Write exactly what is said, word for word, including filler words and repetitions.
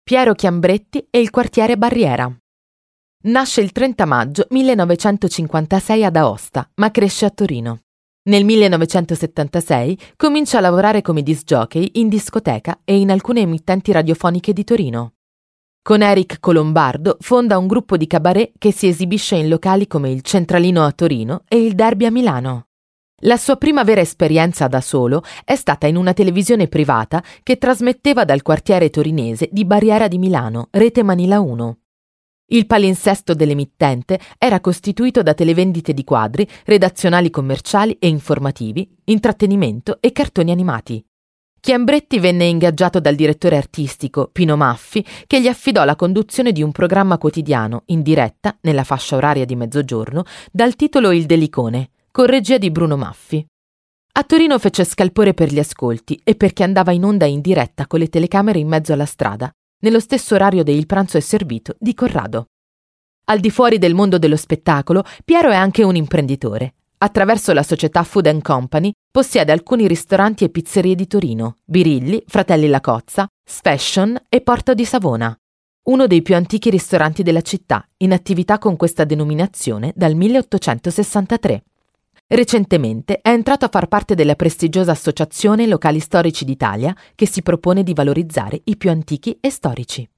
Piero Chiambretti e il quartiere Barriera. Nasce il trenta maggio millenovecentocinquantasei ad Aosta, ma cresce a Torino. Nel millenovecentosettantasei comincia a lavorare come disc jockey in discoteca e in alcune emittenti radiofoniche di Torino. Con Eric Colombardo fonda un gruppo di cabaret che si esibisce in locali come il Centralino a Torino e il Derby a Milano. La sua prima vera esperienza da solo è stata in una televisione privata che trasmetteva dal quartiere torinese di Barriera di Milano, Rete Manila uno. Il palinsesto dell'emittente era costituito da televendite di quadri, redazionali commerciali e informativi, intrattenimento e cartoni animati. Chiambretti venne ingaggiato dal direttore artistico Pino Maffi, che gli affidò la conduzione di un programma quotidiano in diretta, nella fascia oraria di mezzogiorno, dal titolo Il Delicone, con regia di Bruno Maffi. A Torino fece scalpore per gli ascolti e perché andava in onda in diretta con le telecamere in mezzo alla strada, nello stesso orario del pranzo è servito di Corrado. Al di fuori del mondo dello spettacolo, Piero è anche un imprenditore. Attraverso la società Food and Company possiede alcuni ristoranti e pizzerie di Torino, Birilli, Fratelli Lacozza, Sfashion e Porto di Savona, uno dei più antichi ristoranti della città, in attività con questa denominazione dal milleottocentosessantatré. Recentemente è entrato a far parte della prestigiosa Associazione Locali Storici d'Italia, che si propone di valorizzare i più antichi e storici.